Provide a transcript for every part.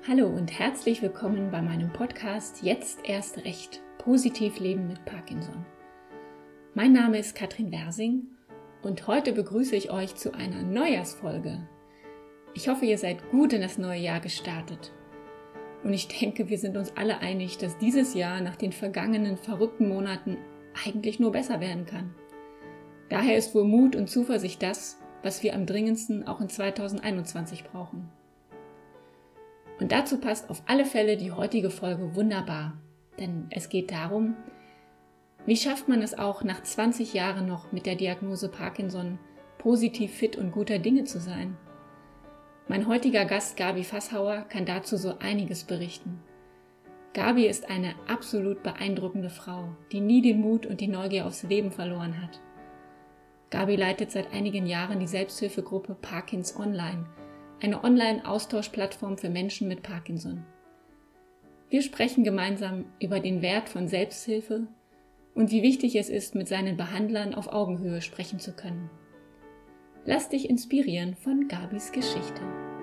Hallo und herzlich willkommen bei meinem Podcast Jetzt erst recht, positiv leben mit Parkinson. Mein Name ist Katrin Wersing und heute begrüße ich euch zu einer Neujahrsfolge. Ich hoffe, ihr seid gut in das neue Jahr gestartet. Und ich denke, wir sind uns alle einig, dass dieses Jahr nach den vergangenen verrückten Monaten eigentlich nur besser werden kann. Daher ist wohl Mut und Zuversicht das, was wir am dringendsten auch in 2021 brauchen. Und dazu passt auf alle Fälle die heutige Folge wunderbar, denn es geht darum, wie schafft man es auch nach 20 Jahren noch mit der Diagnose Parkinson positiv fit und guter Dinge zu sein. Mein heutiger Gast Gabi Fasshauer kann dazu so einiges berichten. Gabi ist eine absolut beeindruckende Frau, die nie den Mut und die Neugier aufs Leben verloren hat. Gabi leitet seit einigen Jahren die Selbsthilfegruppe Parkins Online, eine Online-Austauschplattform für Menschen mit Parkinson. Wir sprechen gemeinsam über den Wert von Selbsthilfe und wie wichtig es ist, mit seinen Behandlern auf Augenhöhe sprechen zu können. Lass dich inspirieren von Gabis Geschichte.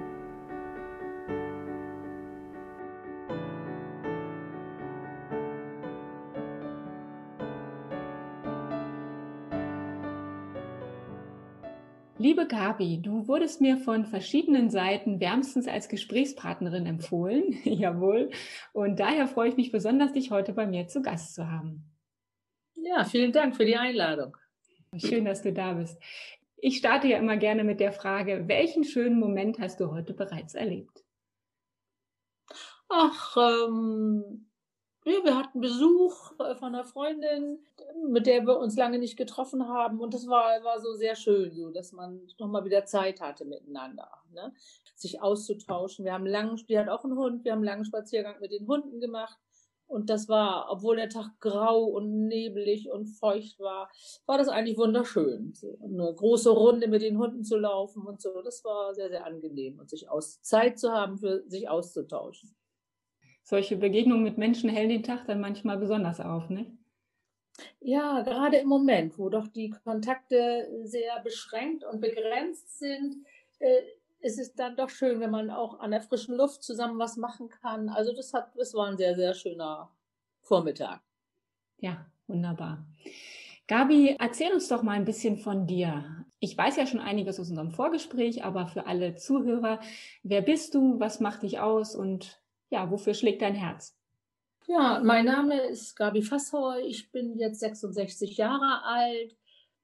Liebe Gabi, du wurdest mir von verschiedenen Seiten wärmstens als Gesprächspartnerin empfohlen. Jawohl. Und daher freue ich mich besonders, dich heute bei mir zu Gast zu haben. Ja, vielen Dank für die Einladung. Schön, dass du da bist. Ich starte ja immer gerne mit der Frage, welchen schönen Moment hast du heute bereits erlebt? Ach, ja, wir hatten Besuch von einer Freundin, mit der wir uns lange nicht getroffen haben. Und das war so sehr schön, so, dass man noch mal wieder Zeit hatte miteinander, ne? Sich auszutauschen. Die hat auch einen Hund, wir haben einen langen Spaziergang mit den Hunden gemacht. Und das war, obwohl der Tag grau und nebelig und feucht war, war das eigentlich wunderschön. So eine große Runde mit den Hunden zu laufen und so. Das war sehr, sehr angenehm und Zeit zu haben, für sich auszutauschen. Solche Begegnungen mit Menschen hellen den Tag dann manchmal besonders auf, ne? Ja, gerade im Moment, wo doch die Kontakte sehr beschränkt und begrenzt sind, ist es dann doch schön, wenn man auch an der frischen Luft zusammen was machen kann. Also das war ein sehr, sehr schöner Vormittag. Ja, wunderbar. Gabi, erzähl uns doch mal ein bisschen von dir. Ich weiß ja schon einiges aus unserem Vorgespräch, aber für alle Zuhörer, wer bist du, was macht dich aus und ja, wofür schlägt dein Herz? Ja, mein Name ist Gabi Fasshauer. Ich bin jetzt 66 Jahre alt,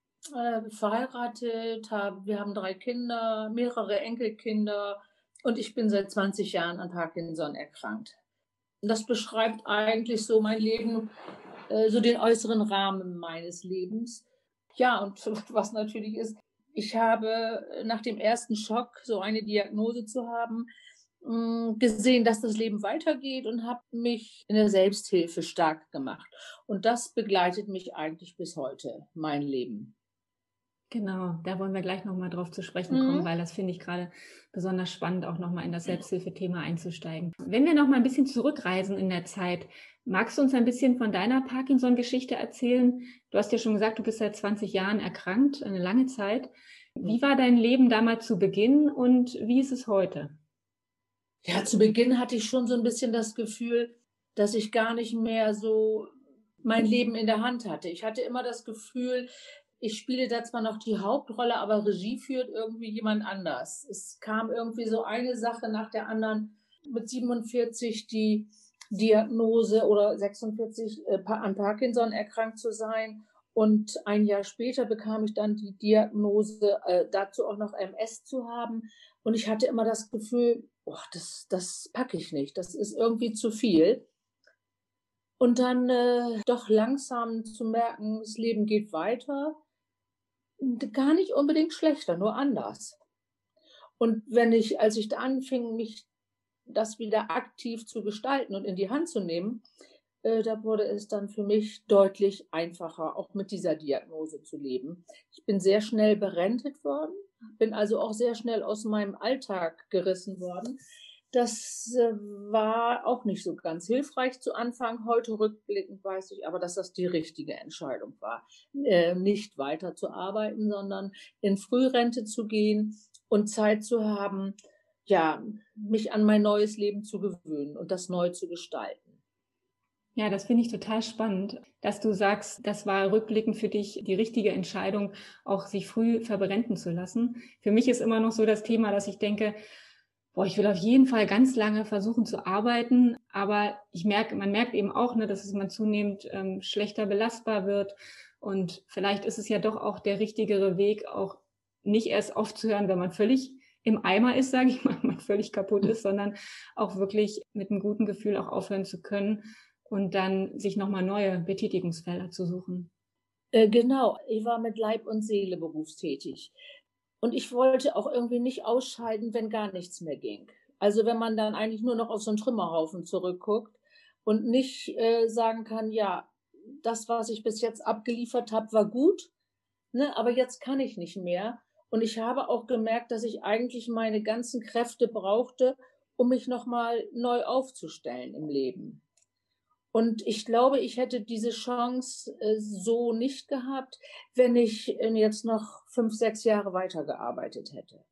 verheiratet, wir haben 3 Kinder, mehrere Enkelkinder und ich bin seit 20 Jahren an Parkinson erkrankt. Das beschreibt eigentlich so mein Leben, so den äußeren Rahmen meines Lebens. Ja, und was natürlich ist, ich habe nach dem ersten Schock, so eine Diagnose zu haben, gesehen, dass das Leben weitergeht und habe mich in der Selbsthilfe stark gemacht. Und das begleitet mich eigentlich bis heute, mein Leben. Genau, da wollen wir gleich nochmal drauf zu sprechen kommen, weil das finde ich gerade besonders spannend, auch nochmal in das Selbsthilfethema einzusteigen. Wenn wir nochmal ein bisschen zurückreisen in der Zeit, magst du uns ein bisschen von deiner Parkinson-Geschichte erzählen? Du hast ja schon gesagt, du bist seit 20 Jahren erkrankt, eine lange Zeit. Wie war dein Leben damals zu Beginn und wie ist es heute? Ja, zu Beginn hatte ich schon so ein bisschen das Gefühl, dass ich gar nicht mehr so mein Leben in der Hand hatte. Ich hatte immer das Gefühl, ich spiele da zwar noch die Hauptrolle, aber Regie führt irgendwie jemand anders. Es kam irgendwie so eine Sache nach der anderen. Mit 47 die Diagnose oder 46 an Parkinson erkrankt zu sein. Und ein Jahr später bekam ich dann die Diagnose, dazu auch noch MS zu haben. Und ich hatte immer das Gefühl, oh, das packe ich nicht, das ist irgendwie zu viel. Und dann doch langsam zu merken, das Leben geht weiter. Gar nicht unbedingt schlechter, nur anders. Und als ich da anfing, mich das wieder aktiv zu gestalten und in die Hand zu nehmen, da wurde es dann für mich deutlich einfacher, auch mit dieser Diagnose zu leben. Ich bin sehr schnell berentet worden, bin also auch sehr schnell aus meinem Alltag gerissen worden. Das war auch nicht so ganz hilfreich zu Anfang. Heute rückblickend weiß ich aber, dass das die richtige Entscheidung war, nicht weiter zu arbeiten, sondern in Frührente zu gehen und Zeit zu haben, ja, mich an mein neues Leben zu gewöhnen und das neu zu gestalten. Ja, das finde ich total spannend, dass du sagst, das war rückblickend für dich die richtige Entscheidung, auch sich früh verbrennten zu lassen. Für mich ist immer noch so das Thema, dass ich denke, boah, ich will auf jeden Fall ganz lange versuchen zu arbeiten, aber man merkt eben auch, ne, dass man zunehmend schlechter belastbar wird, und vielleicht ist es ja doch auch der richtigere Weg, auch nicht erst aufzuhören, wenn man völlig im Eimer ist, sage ich mal, man völlig kaputt ist, sondern auch wirklich mit einem guten Gefühl auch aufhören zu können und dann sich nochmal neue Betätigungsfelder zu suchen. Genau, ich war mit Leib und Seele berufstätig. Und ich wollte auch irgendwie nicht ausscheiden, wenn gar nichts mehr ging. Also wenn man dann eigentlich nur noch auf so einen Trümmerhaufen zurückguckt und nicht sagen kann, ja, das, was ich bis jetzt abgeliefert habe, war gut, ne, aber jetzt kann ich nicht mehr. Und ich habe auch gemerkt, dass ich eigentlich meine ganzen Kräfte brauchte, um mich nochmal neu aufzustellen im Leben. Und ich glaube, ich hätte diese Chance so nicht gehabt, wenn ich jetzt noch 5, 6 Jahre weitergearbeitet hätte.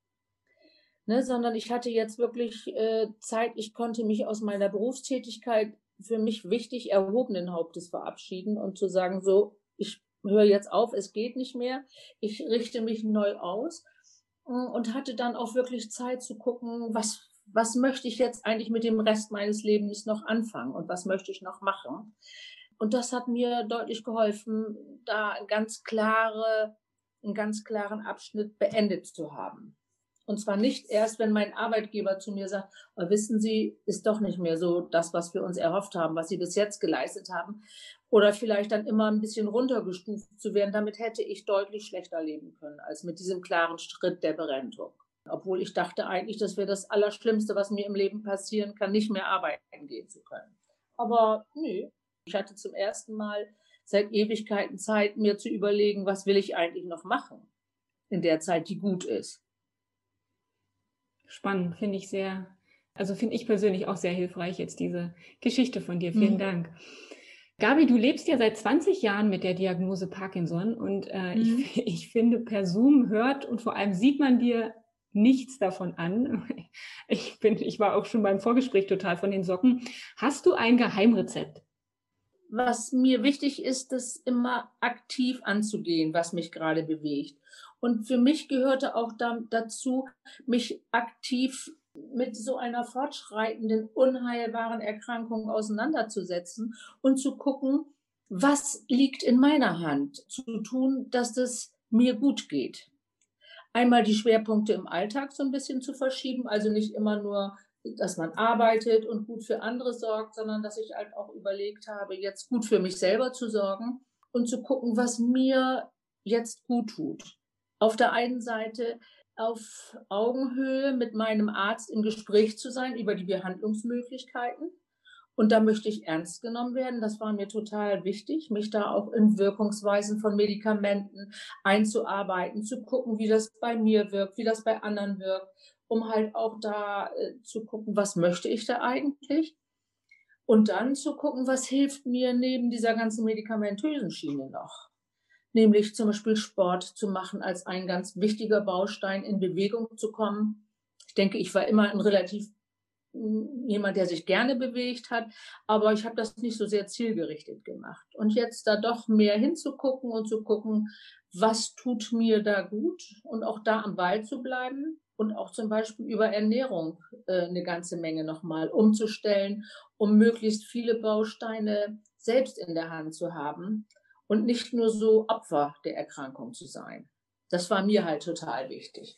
Ne, sondern ich hatte jetzt wirklich Zeit, ich konnte mich aus meiner Berufstätigkeit für mich wichtig erhobenen Hauptes verabschieden und zu sagen, so, ich höre jetzt auf, es geht nicht mehr, ich richte mich neu aus und hatte dann auch wirklich Zeit zu gucken, was möchte ich jetzt eigentlich mit dem Rest meines Lebens noch anfangen und was möchte ich noch machen. Und das hat mir deutlich geholfen, da einen ganz klaren Abschnitt beendet zu haben. Und zwar nicht erst, wenn mein Arbeitgeber zu mir sagt, oh, wissen Sie, ist doch nicht mehr so das, was wir uns erhofft haben, was Sie bis jetzt geleistet haben. Oder vielleicht dann immer ein bisschen runtergestuft zu werden. Damit hätte ich deutlich schlechter leben können, als mit diesem klaren Schritt der Berentung. Obwohl ich dachte eigentlich, das wäre das Allerschlimmste, was mir im Leben passieren kann, nicht mehr arbeiten gehen zu können. Aber nee, ich hatte zum ersten Mal seit Ewigkeiten Zeit, mir zu überlegen, was will ich eigentlich noch machen in der Zeit, die gut ist. Spannend, finde ich persönlich auch sehr hilfreich jetzt diese Geschichte von dir. Vielen Dank. Gabi, du lebst ja seit 20 Jahren mit der Diagnose Parkinson und ich finde, per Zoom hört und vor allem sieht man dir nichts davon an. Ich war auch schon beim Vorgespräch total von den Socken. Hast du ein Geheimrezept? Was mir wichtig ist, das immer aktiv anzugehen, was mich gerade bewegt. Und für mich gehörte auch dazu, mich aktiv mit so einer fortschreitenden, unheilbaren Erkrankung auseinanderzusetzen und zu gucken, was liegt in meiner Hand zu tun, dass es mir gut geht. Einmal die Schwerpunkte im Alltag so ein bisschen zu verschieben, also nicht immer nur, dass man arbeitet und gut für andere sorgt, sondern dass ich halt auch überlegt habe, jetzt gut für mich selber zu sorgen und zu gucken, was mir jetzt gut tut. Auf der einen Seite auf Augenhöhe mit meinem Arzt im Gespräch zu sein über die Behandlungsmöglichkeiten. Und da möchte ich ernst genommen werden. Das war mir total wichtig, mich da auch in Wirkungsweisen von Medikamenten einzuarbeiten, zu gucken, wie das bei mir wirkt, wie das bei anderen wirkt, um halt auch da zu gucken, was möchte ich da eigentlich? Und dann zu gucken, was hilft mir neben dieser ganzen medikamentösen Schiene noch? Nämlich zum Beispiel Sport zu machen als ein ganz wichtiger Baustein, in Bewegung zu kommen. Ich denke, ich war immer ein relativ jemand, der sich gerne bewegt hat, aber ich habe das nicht so sehr zielgerichtet gemacht. Und jetzt da doch mehr hinzugucken und zu gucken, was tut mir da gut und auch da am Ball zu bleiben und auch zum Beispiel über Ernährung eine ganze Menge nochmal umzustellen, um möglichst viele Bausteine selbst in der Hand zu haben und nicht nur so Opfer der Erkrankung zu sein. Das war mir halt total wichtig.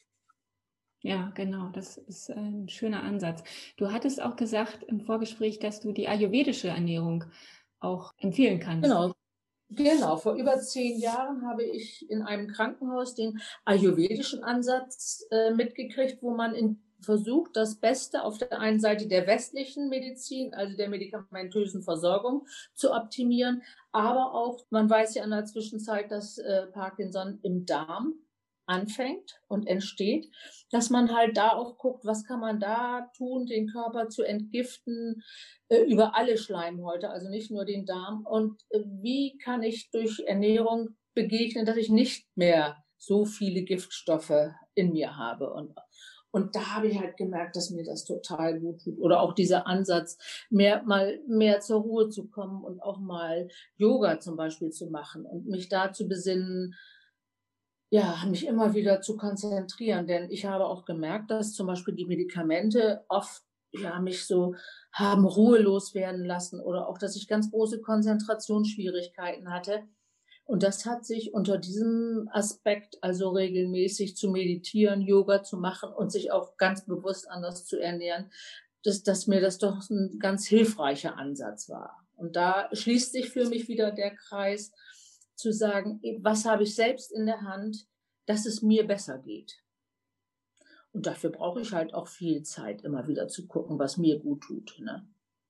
Ja, genau, das ist ein schöner Ansatz. Du hattest auch gesagt im Vorgespräch, dass du die ayurvedische Ernährung auch empfehlen kannst. Genau. Vor über 10 Jahren habe ich in einem Krankenhaus den ayurvedischen Ansatz mitgekriegt, wo man versucht, das Beste auf der einen Seite der westlichen Medizin, also der medikamentösen Versorgung, zu optimieren. Aber auch, man weiß ja in der Zwischenzeit, dass Parkinson im Darm anfängt und entsteht, dass man halt da auch guckt, was kann man da tun, den Körper zu entgiften über alle Schleimhäute, also nicht nur den Darm. Und wie kann ich durch Ernährung begegnen, dass ich nicht mehr so viele Giftstoffe in mir habe. Und da habe ich halt gemerkt, dass mir das total gut tut. Oder auch dieser Ansatz, mehr zur Ruhe zu kommen und auch mal Yoga zum Beispiel zu machen und mich da zu besinnen, ja, mich immer wieder zu konzentrieren. Denn ich habe auch gemerkt, dass zum Beispiel die Medikamente oft, ja, mich so haben ruhelos werden lassen oder auch, dass ich ganz große Konzentrationsschwierigkeiten hatte. Und das hat sich unter diesem Aspekt, also regelmäßig zu meditieren, Yoga zu machen und sich auch ganz bewusst anders zu ernähren, dass mir das doch ein ganz hilfreicher Ansatz war. Und da schließt sich für mich wieder der Kreis, zu sagen, was habe ich selbst in der Hand, dass es mir besser geht. Und dafür brauche ich halt auch viel Zeit, immer wieder zu gucken, was mir gut tut, ne?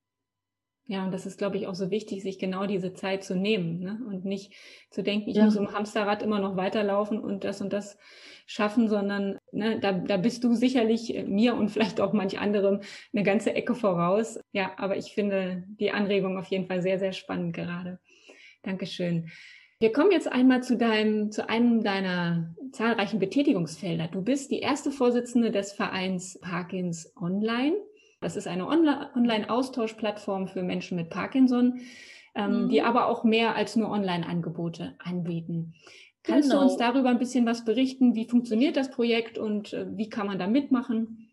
Ja, und das ist, glaube ich, auch so wichtig, sich genau diese Zeit zu nehmen, ne? Und nicht zu denken, ich muss Ja. im Hamsterrad immer noch weiterlaufen und das schaffen, sondern ne, da bist du sicherlich mir und vielleicht auch manch anderem eine ganze Ecke voraus. Ja, aber ich finde die Anregung auf jeden Fall sehr, sehr spannend gerade. Dankeschön. Wir kommen jetzt einmal zu einem deiner zahlreichen Betätigungsfelder. Du bist die erste Vorsitzende des Vereins Parkins Online. Das ist eine Online-Austauschplattform für Menschen mit Parkinson, die aber auch mehr als nur Online-Angebote anbieten. Kannst du uns darüber ein bisschen was berichten? Wie funktioniert das Projekt und wie kann man da mitmachen?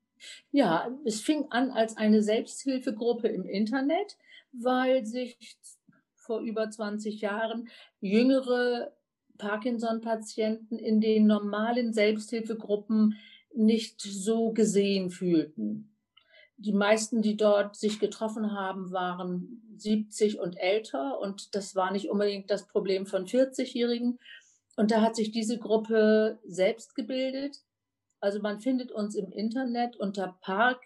Ja, es fing an als eine Selbsthilfegruppe im Internet, weil sich vor über 20 Jahren jüngere Parkinson-Patienten in den normalen Selbsthilfegruppen nicht so gesehen fühlten. Die meisten, die dort sich getroffen haben, waren 70 und älter und das war nicht unbedingt das Problem von 40-Jährigen. Und da hat sich diese Gruppe selbst gebildet. Also man findet uns im Internet unter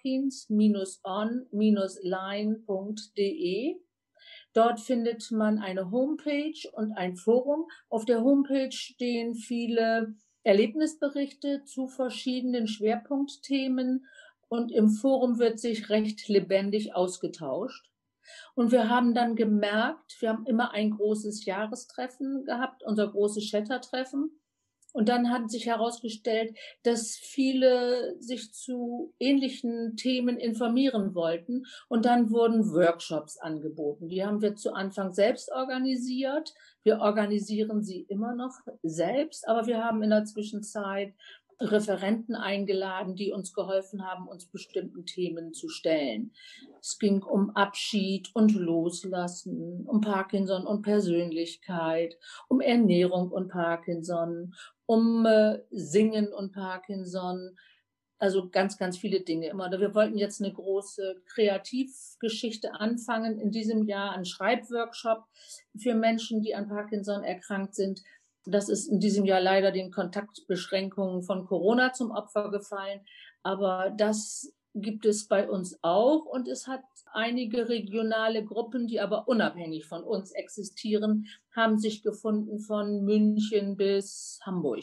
parkins-on-line.de. Dort findet man eine Homepage und ein Forum. Auf der Homepage stehen viele Erlebnisberichte zu verschiedenen Schwerpunktthemen und im Forum wird sich recht lebendig ausgetauscht. Und wir haben dann gemerkt, wir haben immer ein großes Jahrestreffen gehabt, unser großes Shattertreffen. Und dann hat sich herausgestellt, dass viele sich zu ähnlichen Themen informieren wollten. Und dann wurden Workshops angeboten. Die haben wir zu Anfang selbst organisiert. Wir organisieren sie immer noch selbst, aber wir haben in der Zwischenzeit Referenten eingeladen, die uns geholfen haben, uns bestimmten Themen zu stellen. Es ging um Abschied und Loslassen, um Parkinson und Persönlichkeit, um Ernährung und Parkinson, um Singen und Parkinson, also ganz, ganz viele Dinge immer. Wir wollten jetzt eine große Kreativgeschichte anfangen in diesem Jahr, einen Schreibworkshop für Menschen, die an Parkinson erkrankt sind. Das ist in diesem Jahr leider den Kontaktbeschränkungen von Corona zum Opfer gefallen, aber das gibt es bei uns auch und es hat einige regionale Gruppen, die aber unabhängig von uns existieren, haben sich gefunden von München bis Hamburg.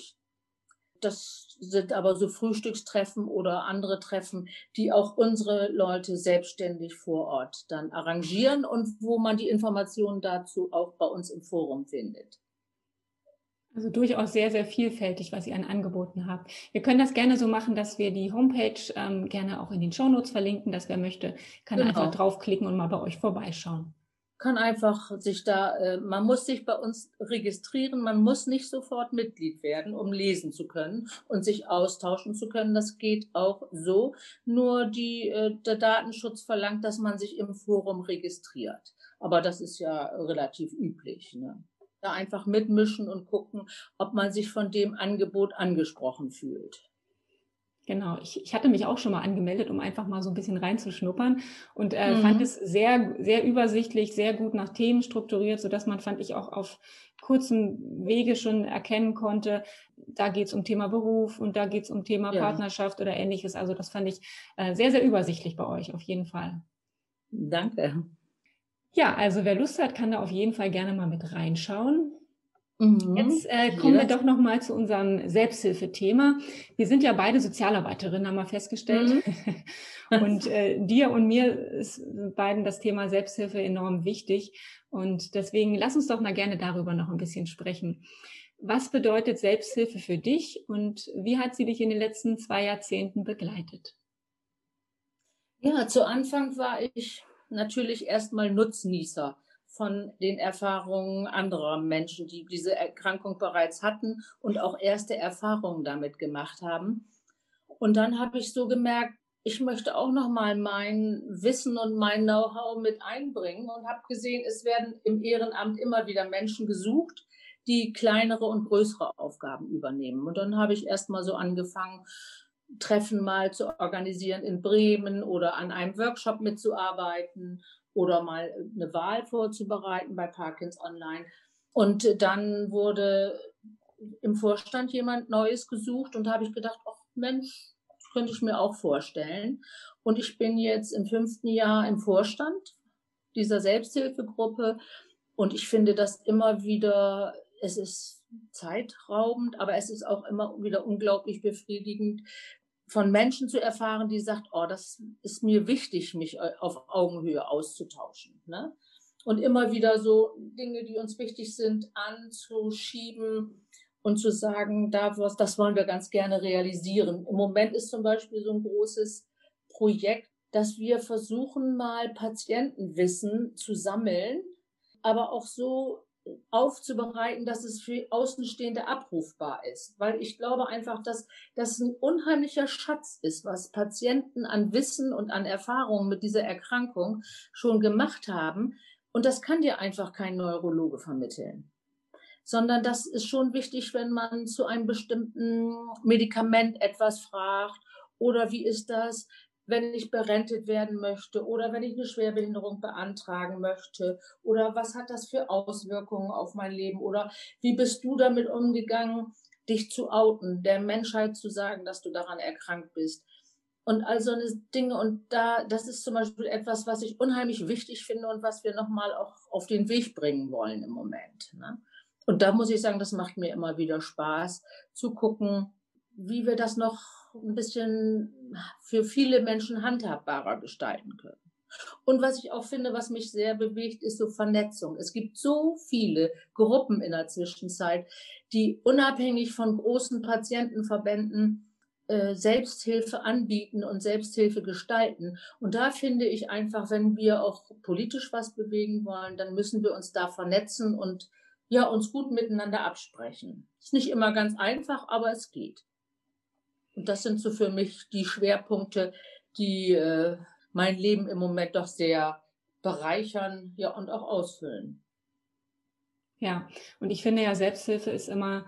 Das sind aber so Frühstückstreffen oder andere Treffen, die auch unsere Leute selbstständig vor Ort dann arrangieren und wo man die Informationen dazu auch bei uns im Forum findet. Also durchaus sehr, sehr vielfältig, was ihr an Angeboten habt. Wir können das gerne so machen, dass wir die Homepage gerne auch in den Shownotes verlinken, dass wer möchte, kann einfach draufklicken und mal bei euch vorbeischauen. Kann einfach man muss sich bei uns registrieren, man muss nicht sofort Mitglied werden, um lesen zu können und sich austauschen zu können. Das geht auch so. Nur der Datenschutz verlangt, dass man sich im Forum registriert. Aber das ist ja relativ üblich, ne? Da einfach mitmischen und gucken, ob man sich von dem Angebot angesprochen fühlt. Genau, ich hatte mich auch schon mal angemeldet, um einfach mal so ein bisschen reinzuschnuppern und fand es sehr, sehr übersichtlich, sehr gut nach Themen strukturiert, sodass man, fand ich, auch auf kurzem Wege schon erkennen konnte, da geht es um Thema Beruf und da geht es um Thema Partnerschaft oder Ähnliches. Also das fand ich sehr, sehr übersichtlich bei euch, auf jeden Fall. Danke. Ja, also wer Lust hat, kann da auf jeden Fall gerne mal mit reinschauen. Jetzt kommen wir doch noch mal zu unserem Selbsthilfethema. Wir sind ja beide Sozialarbeiterinnen, haben wir festgestellt. Und dir und mir ist beiden das Thema Selbsthilfe enorm wichtig. Und deswegen lass uns doch mal gerne darüber noch ein bisschen sprechen. Was bedeutet Selbsthilfe für dich und wie hat sie dich in den letzten 2 Jahrzehnten begleitet? Ja, zu Anfang war ich natürlich erstmal Nutznießer von den Erfahrungen anderer Menschen, die diese Erkrankung bereits hatten und auch erste Erfahrungen damit gemacht haben. Und dann habe ich so gemerkt, ich möchte auch noch mal mein Wissen und mein Know-how mit einbringen und habe gesehen, es werden im Ehrenamt immer wieder Menschen gesucht, die kleinere und größere Aufgaben übernehmen. Und dann habe ich erst mal so angefangen, Treffen mal zu organisieren in Bremen oder an einem Workshop mitzuarbeiten oder mal eine Wahl vorzubereiten bei Parkins Online. Und dann wurde im Vorstand jemand Neues gesucht und da habe ich gedacht, ach Mensch, das könnte ich mir auch vorstellen. Und ich bin jetzt im 5. Jahr im Vorstand dieser Selbsthilfegruppe und ich finde das immer wieder, es ist zeitraubend, aber es ist auch immer wieder unglaublich befriedigend, von Menschen zu erfahren, die sagt, oh, das ist mir wichtig, mich auf Augenhöhe auszutauschen. Ne? Und immer wieder so Dinge, die uns wichtig sind, anzuschieben und zu sagen, das wollen wir ganz gerne realisieren. Im Moment ist zum Beispiel so ein großes Projekt, dass wir versuchen, mal Patientenwissen zu sammeln, aber auch so aufzubereiten, dass es für Außenstehende abrufbar ist. Weil ich glaube einfach, dass das ein unheimlicher Schatz ist, was Patienten an Wissen und an Erfahrungen mit dieser Erkrankung schon gemacht haben. Und das kann dir einfach kein Neurologe vermitteln. Sondern das ist schon wichtig, wenn man zu einem bestimmten Medikament etwas fragt oder wie ist das, wenn ich berentet werden möchte oder wenn ich eine Schwerbehinderung beantragen möchte oder was hat das für Auswirkungen auf mein Leben oder wie bist du damit umgegangen, dich zu outen, der Menschheit zu sagen, dass du daran erkrankt bist. Und all so eine Dinge und das ist zum Beispiel etwas, was ich unheimlich wichtig finde und was wir nochmal auch auf den Weg bringen wollen im Moment. Ne? Und da muss ich sagen, das macht mir immer wieder Spaß, zu gucken, wie wir das noch ein bisschen für viele Menschen handhabbarer gestalten können. Und was ich auch finde, was mich sehr bewegt, ist so Vernetzung. Es gibt so viele Gruppen in der Zwischenzeit, die unabhängig von großen Patientenverbänden Selbsthilfe anbieten und Selbsthilfe gestalten. Und da finde ich einfach, wenn wir auch politisch was bewegen wollen, dann müssen wir uns da vernetzen und ja, uns gut miteinander absprechen. Ist nicht immer ganz einfach, aber es geht. Und das sind so für mich die Schwerpunkte, die mein Leben im Moment doch sehr bereichern, ja, und auch ausfüllen. Ja, und ich finde ja, Selbsthilfe ist immer,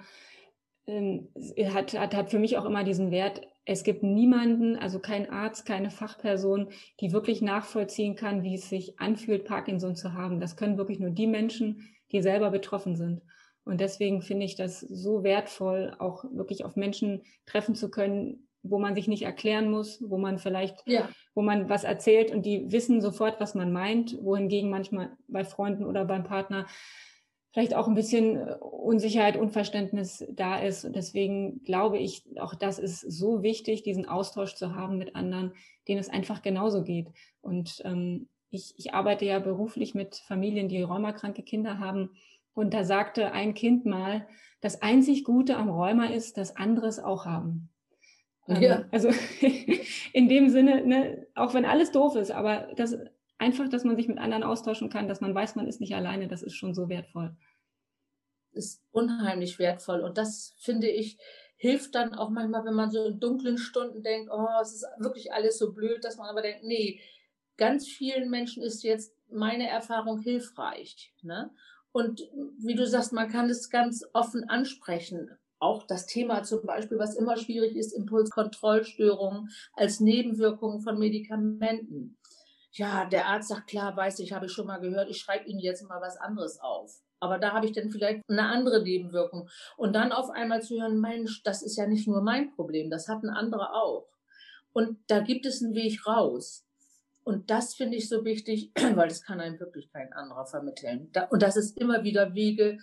hat für mich auch immer diesen Wert, es gibt niemanden, also kein Arzt, keine Fachperson, die wirklich nachvollziehen kann, wie es sich anfühlt, Parkinson zu haben. Das können wirklich nur die Menschen, die selber betroffen sind. Und deswegen finde ich das so wertvoll, auch wirklich auf Menschen treffen zu können, wo man sich nicht erklären muss, wo man vielleicht, wo man was erzählt und die wissen sofort, was man meint, wohingegen manchmal bei Freunden oder beim Partner vielleicht auch ein bisschen Unsicherheit, Unverständnis da ist. Und deswegen glaube ich, auch das ist so wichtig, diesen Austausch zu haben mit anderen, denen es einfach genauso geht. Und ich arbeite ja beruflich mit Familien, die rheumakranke Kinder haben. Und da sagte ein Kind mal, das einzig Gute am Rheuma ist, dass andere es auch haben. Also in dem Sinne, ne, auch wenn alles doof ist, aber das einfach, dass man sich mit anderen austauschen kann, dass man weiß, man ist nicht alleine, das ist schon so wertvoll. Ist unheimlich wertvoll. Und das, finde ich, hilft dann auch manchmal, wenn man so in dunklen Stunden denkt, oh, es ist wirklich alles so blöd, dass man aber denkt, nee, ganz vielen Menschen ist jetzt meine Erfahrung hilfreich. Ne? Und wie du sagst, man kann es ganz offen ansprechen. Auch das Thema zum Beispiel, was immer schwierig ist, Impulskontrollstörungen als Nebenwirkungen von Medikamenten. Ja, der Arzt sagt, klar, weiß ich, habe ich schon mal gehört, ich schreibe Ihnen jetzt mal was anderes auf. Aber da habe ich dann vielleicht eine andere Nebenwirkung. Und dann auf einmal zu hören, Mensch, das ist ja nicht nur mein Problem, das hatten andere auch. Und da gibt es einen Weg raus. Und das finde ich so wichtig, weil das kann einem wirklich kein anderer vermitteln. Und dass es immer wieder Wege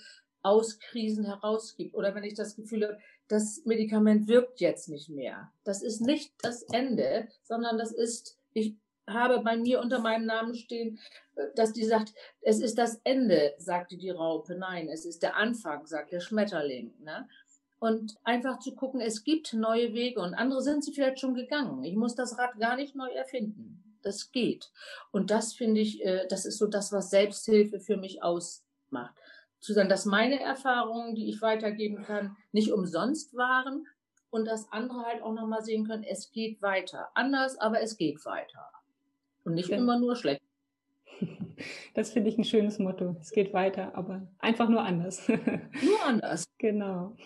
aus Krisen herausgibt oder wenn ich das Gefühl habe, das Medikament wirkt jetzt nicht mehr. Das ist nicht das Ende, sondern das ist, ich habe bei mir unter meinem Namen stehen, dass die sagt, es ist das Ende, sagte die Raupe. Nein, es ist der Anfang, sagt der Schmetterling. Ne? Und einfach zu gucken, es gibt neue Wege und andere sind sie vielleicht schon gegangen. Ich muss das Rad gar nicht neu erfinden. Das geht. Und das finde ich, das ist so das, was Selbsthilfe für mich ausmacht. Zu sagen, dass meine Erfahrungen, die ich weitergeben kann, nicht umsonst waren und dass andere halt auch nochmal sehen können, es geht weiter. Anders, aber es geht weiter. Und nicht immer nur schlecht. Das finde ich ein schönes Motto. Es geht weiter, aber einfach nur anders. Nur anders. Genau.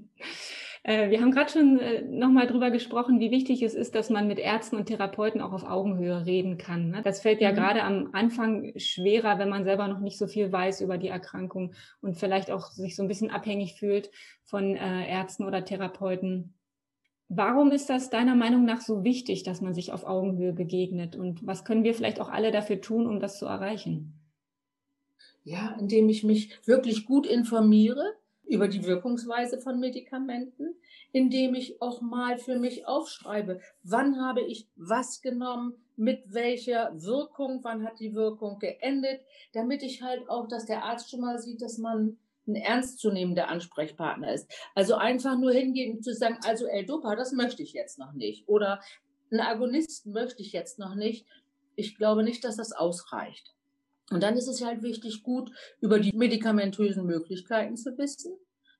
Wir haben gerade schon nochmal drüber gesprochen, wie wichtig es ist, dass man mit Ärzten und Therapeuten auch auf Augenhöhe reden kann. Ne? Das fällt ja gerade am Anfang schwerer, wenn man selber noch nicht so viel weiß über die Erkrankung und vielleicht auch sich so ein bisschen abhängig fühlt von Ärzten oder Therapeuten. Warum ist das deiner Meinung nach so wichtig, dass man sich auf Augenhöhe begegnet? Und was können wir vielleicht auch alle dafür tun, um das zu erreichen? Ja, indem ich mich wirklich gut informiere über die Wirkungsweise von Medikamenten, indem ich auch mal für mich aufschreibe, wann habe ich was genommen, mit welcher Wirkung, wann hat die Wirkung geendet, damit ich halt auch, dass der Arzt schon mal sieht, dass man ein ernstzunehmender Ansprechpartner ist. Also einfach nur hingehen und zu sagen, also L-Dopa, das möchte ich jetzt noch nicht. Oder einen Agonisten möchte ich jetzt noch nicht. Ich glaube nicht, dass das ausreicht. Und dann ist es halt wichtig, gut über die medikamentösen Möglichkeiten zu wissen,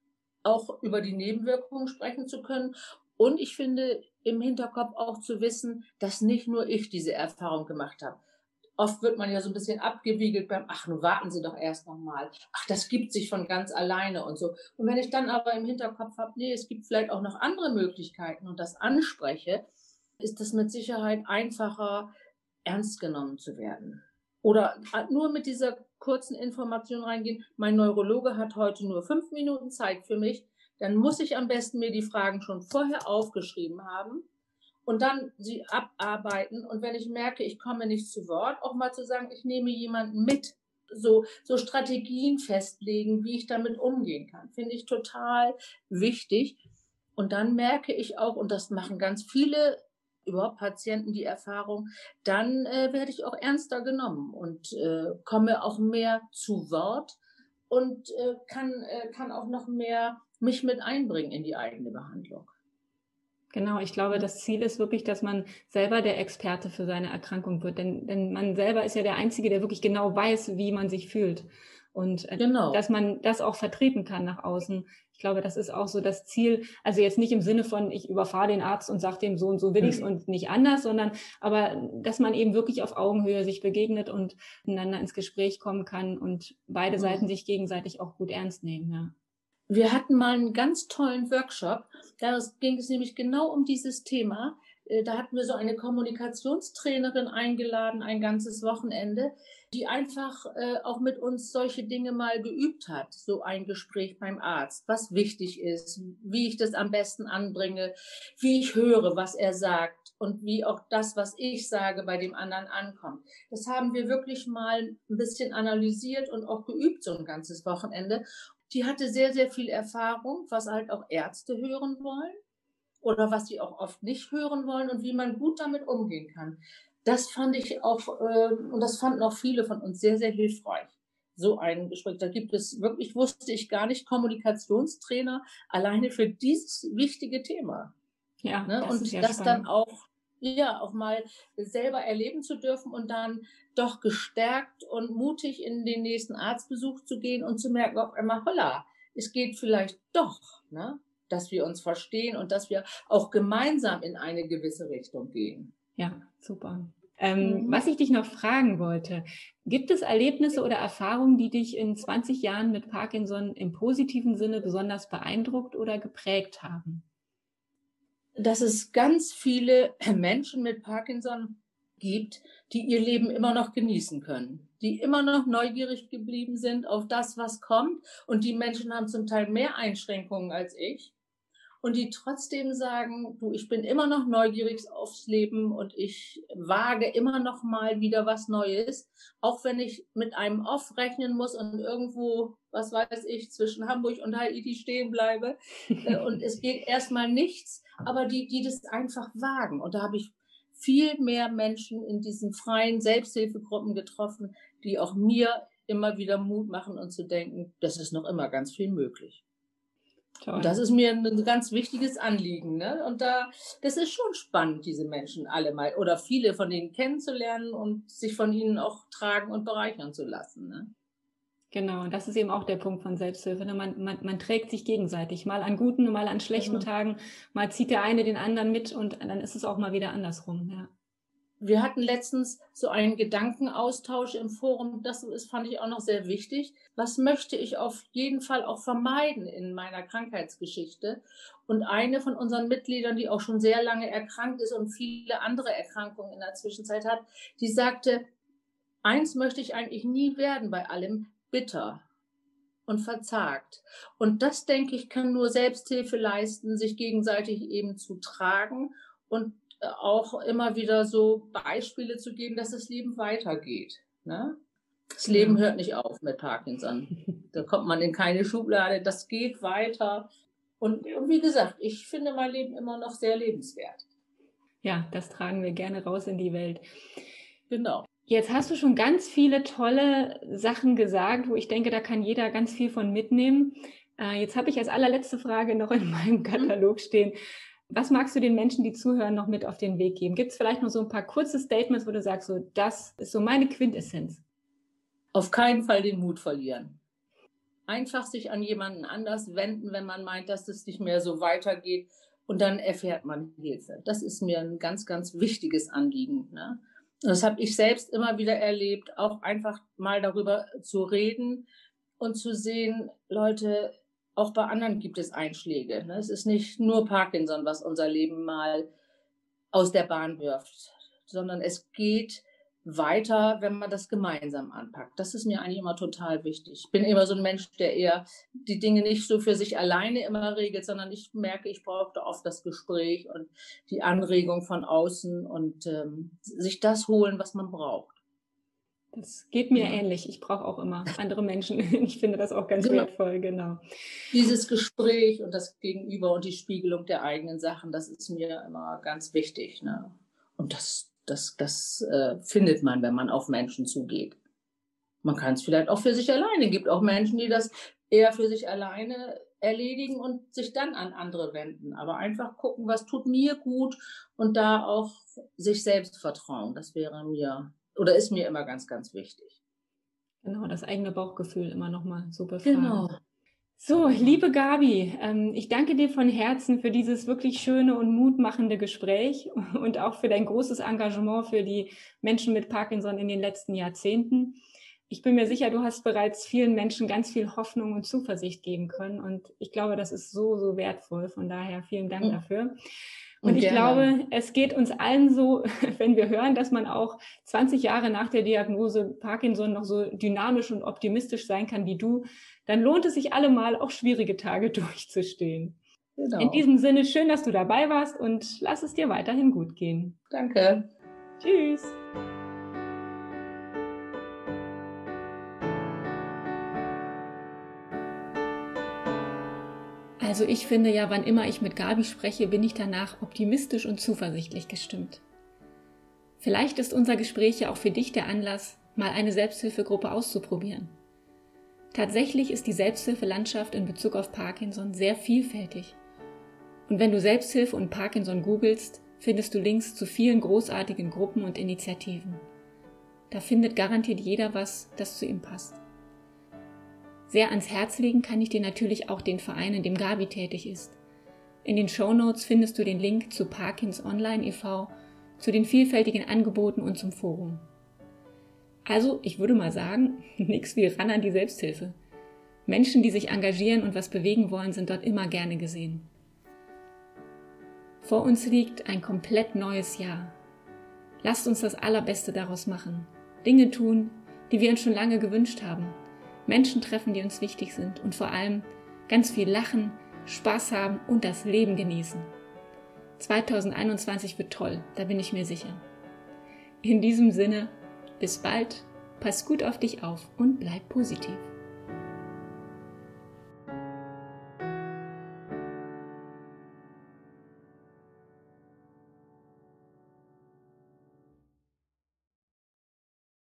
auch über die Nebenwirkungen sprechen zu können. Und ich finde, im Hinterkopf auch zu wissen, dass nicht nur ich diese Erfahrung gemacht habe. Oft wird man ja so ein bisschen abgewiegelt beim, ach, nun warten Sie doch erst noch mal. Ach, das gibt sich von ganz alleine und so. Und wenn ich dann aber im Hinterkopf habe, nee, es gibt vielleicht auch noch andere Möglichkeiten und das anspreche, ist das mit Sicherheit einfacher, ernst genommen zu werden. Oder nur mit dieser kurzen Information reingehen, mein Neurologe hat heute nur 5 Minuten Zeit für mich, dann muss ich am besten mir die Fragen schon vorher aufgeschrieben haben und dann sie abarbeiten. Und wenn ich merke, ich komme nicht zu Wort, auch mal zu sagen, ich nehme jemanden mit. So Strategien festlegen, wie ich damit umgehen kann, finde ich total wichtig. Und dann merke ich auch, und das machen ganz viele überhaupt Patienten die Erfahrung, dann werde ich auch ernster genommen und komme auch mehr zu Wort und kann auch noch mehr mich mit einbringen in die eigene Behandlung. Genau, ich glaube, das Ziel ist wirklich, dass man selber der Experte für seine Erkrankung wird. Denn man selber ist ja der Einzige, der wirklich genau weiß, wie man sich fühlt. Und Genau. Dass man das auch vertreten kann nach außen. Ich glaube, das ist auch so das Ziel. Also jetzt nicht im Sinne von, ich überfahre den Arzt und sage dem so und so will ich es und nicht anders, sondern aber, dass man eben wirklich auf Augenhöhe sich begegnet und miteinander ins Gespräch kommen kann und beide Seiten sich gegenseitig auch gut ernst nehmen, ja. Wir hatten mal einen ganz tollen Workshop, da ging es nämlich genau um dieses Thema. Da hatten wir so eine Kommunikationstrainerin eingeladen, ein ganzes Wochenende, die einfach auch mit uns solche Dinge mal geübt hat, so ein Gespräch beim Arzt, was wichtig ist, wie ich das am besten anbringe, wie ich höre, was er sagt und wie auch das, was ich sage, bei dem anderen ankommt. Das haben wir wirklich mal ein bisschen analysiert und auch geübt, so ein ganzes Wochenende. Die hatte sehr, sehr viel Erfahrung, was halt auch Ärzte hören wollen oder was sie auch oft nicht hören wollen und wie man gut damit umgehen kann. Das fand ich auch, und das fanden auch viele von uns sehr, sehr hilfreich. So ein Gespräch. Da gibt es wirklich, wusste ich gar nicht, Kommunikationstrainer alleine für dieses wichtige Thema. Ja, ne? das ist Und ja das spannend. dann auch mal selber erleben zu dürfen und dann doch gestärkt und mutig in den nächsten Arztbesuch zu gehen und zu merken auf einmal, holla, es geht vielleicht doch, ne? Dass wir uns verstehen und dass wir auch gemeinsam in eine gewisse Richtung gehen. Ja, super. Was ich dich noch fragen wollte, gibt es Erlebnisse oder Erfahrungen, die dich in 20 Jahren mit Parkinson im positiven Sinne besonders beeindruckt oder geprägt haben? Dass es ganz viele Menschen mit Parkinson gibt, die ihr Leben immer noch genießen können, die immer noch neugierig geblieben sind auf das, was kommt. Und die Menschen haben zum Teil mehr Einschränkungen als ich. und die trotzdem sagen, du, ich bin immer noch neugierig aufs Leben und ich wage immer noch mal wieder was Neues, auch wenn ich mit einem Off rechnen muss und irgendwo, was weiß ich, zwischen Hamburg und Haiti stehen bleibe und es geht erstmal nichts, aber die das einfach wagen. Und da habe ich viel mehr Menschen in diesen freien Selbsthilfegruppen getroffen, die auch mir immer wieder Mut machen und zu denken, das ist noch immer ganz viel möglich. Toll. Und das ist mir ein ganz wichtiges Anliegen. Ne? Und das ist schon spannend, diese Menschen alle mal oder viele von denen kennenzulernen und sich von ihnen auch tragen und bereichern zu lassen. Ne? Genau, das ist eben auch der Punkt von Selbsthilfe. Ne? Man trägt sich gegenseitig, mal an guten, mal an schlechten Tagen, mal zieht der eine den anderen mit und dann ist es auch mal wieder andersrum. Ja. Wir hatten letztens so einen Gedankenaustausch im Forum, fand ich auch noch sehr wichtig. Was möchte ich auf jeden Fall auch vermeiden in meiner Krankheitsgeschichte? Und eine von unseren Mitgliedern, die auch schon sehr lange erkrankt ist und viele andere Erkrankungen in der Zwischenzeit hat, die sagte, eins möchte ich eigentlich nie werden bei allem, bitter und verzagt. Und das, denke ich, kann nur Selbsthilfe leisten, sich gegenseitig eben zu tragen und auch immer wieder so Beispiele zu geben, dass das Leben weitergeht. Ne? Das Leben hört nicht auf mit Parkinson. Da kommt man in keine Schublade, das geht weiter. Und wie gesagt, ich finde mein Leben immer noch sehr lebenswert. Ja, das tragen wir gerne raus in die Welt. Genau. Jetzt hast du schon ganz viele tolle Sachen gesagt, wo ich denke, da kann jeder ganz viel von mitnehmen. Jetzt habe ich als allerletzte Frage noch in meinem Katalog stehen. Was magst du den Menschen, die zuhören, noch mit auf den Weg geben? Gibt es vielleicht noch so ein paar kurze Statements, wo du sagst, so, das ist so meine Quintessenz? Auf keinen Fall den Mut verlieren. Einfach sich an jemanden anders wenden, wenn man meint, dass es nicht mehr so weitergeht. Und dann erfährt man Hilfe. Das ist mir ein ganz, ganz wichtiges Anliegen. Ne? Das habe ich selbst immer wieder erlebt, auch einfach mal darüber zu reden und zu sehen, Leute, auch bei anderen gibt es Einschläge. Ne? Es ist nicht nur Parkinson, was unser Leben mal aus der Bahn wirft, sondern es geht weiter, wenn man das gemeinsam anpackt. Das ist mir eigentlich immer total wichtig. Ich bin immer so ein Mensch, der eher die Dinge nicht so für sich alleine immer regelt, sondern ich merke, ich brauche da oft das Gespräch und die Anregung von außen und sich das holen, was man braucht. Das geht mir ähnlich. Ich brauche auch immer andere Menschen. Ich finde das auch ganz wertvoll, genau. Dieses Gespräch und das Gegenüber und die Spiegelung der eigenen Sachen, das ist mir immer ganz wichtig. Ne? Und das findet man, wenn man auf Menschen zugeht. Man kann es vielleicht auch für sich alleine. Es gibt auch Menschen, die das eher für sich alleine erledigen und sich dann an andere wenden. Aber einfach gucken, was tut mir gut und da auch sich selbst vertrauen. Das wäre mir oder ist mir immer ganz, ganz wichtig. Genau, das eigene Bauchgefühl immer nochmal so befragen. Genau. So, liebe Gabi, ich danke dir von Herzen für dieses wirklich schöne und mutmachende Gespräch und auch für dein großes Engagement für die Menschen mit Parkinson in den letzten Jahrzehnten. Ich bin mir sicher, du hast bereits vielen Menschen ganz viel Hoffnung und Zuversicht geben können und ich glaube, das ist so, so wertvoll. Von daher vielen Dank dafür. Und ich glaube, es geht uns allen so, wenn wir hören, dass man auch 20 Jahre nach der Diagnose Parkinson noch so dynamisch und optimistisch sein kann wie du, dann lohnt es sich allemal, auch schwierige Tage durchzustehen. Genau. In diesem Sinne, schön, dass du dabei warst und lass es dir weiterhin gut gehen. Danke. Tschüss. Also ich finde ja, wann immer ich mit Gabi spreche, bin ich danach optimistisch und zuversichtlich gestimmt. Vielleicht ist unser Gespräch ja auch für dich der Anlass, mal eine Selbsthilfegruppe auszuprobieren. Tatsächlich ist die Selbsthilfelandschaft in Bezug auf Parkinson sehr vielfältig. Und wenn du Selbsthilfe und Parkinson googelst, findest du Links zu vielen großartigen Gruppen und Initiativen. Da findet garantiert jeder was, das zu ihm passt. Sehr ans Herz legen kann ich dir natürlich auch den Verein, in dem Gabi tätig ist. In den Shownotes findest du den Link zu Parkins Online e.V., zu den vielfältigen Angeboten und zum Forum. Also, ich würde mal sagen, nix wie ran an die Selbsthilfe. Menschen, die sich engagieren und was bewegen wollen, sind dort immer gerne gesehen. Vor uns liegt ein komplett neues Jahr. Lasst uns das Allerbeste daraus machen. Dinge tun, die wir uns schon lange gewünscht haben. Menschen treffen, die uns wichtig sind und vor allem ganz viel lachen, Spaß haben und das Leben genießen. 2021 wird toll, da bin ich mir sicher. In diesem Sinne, bis bald, pass gut auf dich auf und bleib positiv.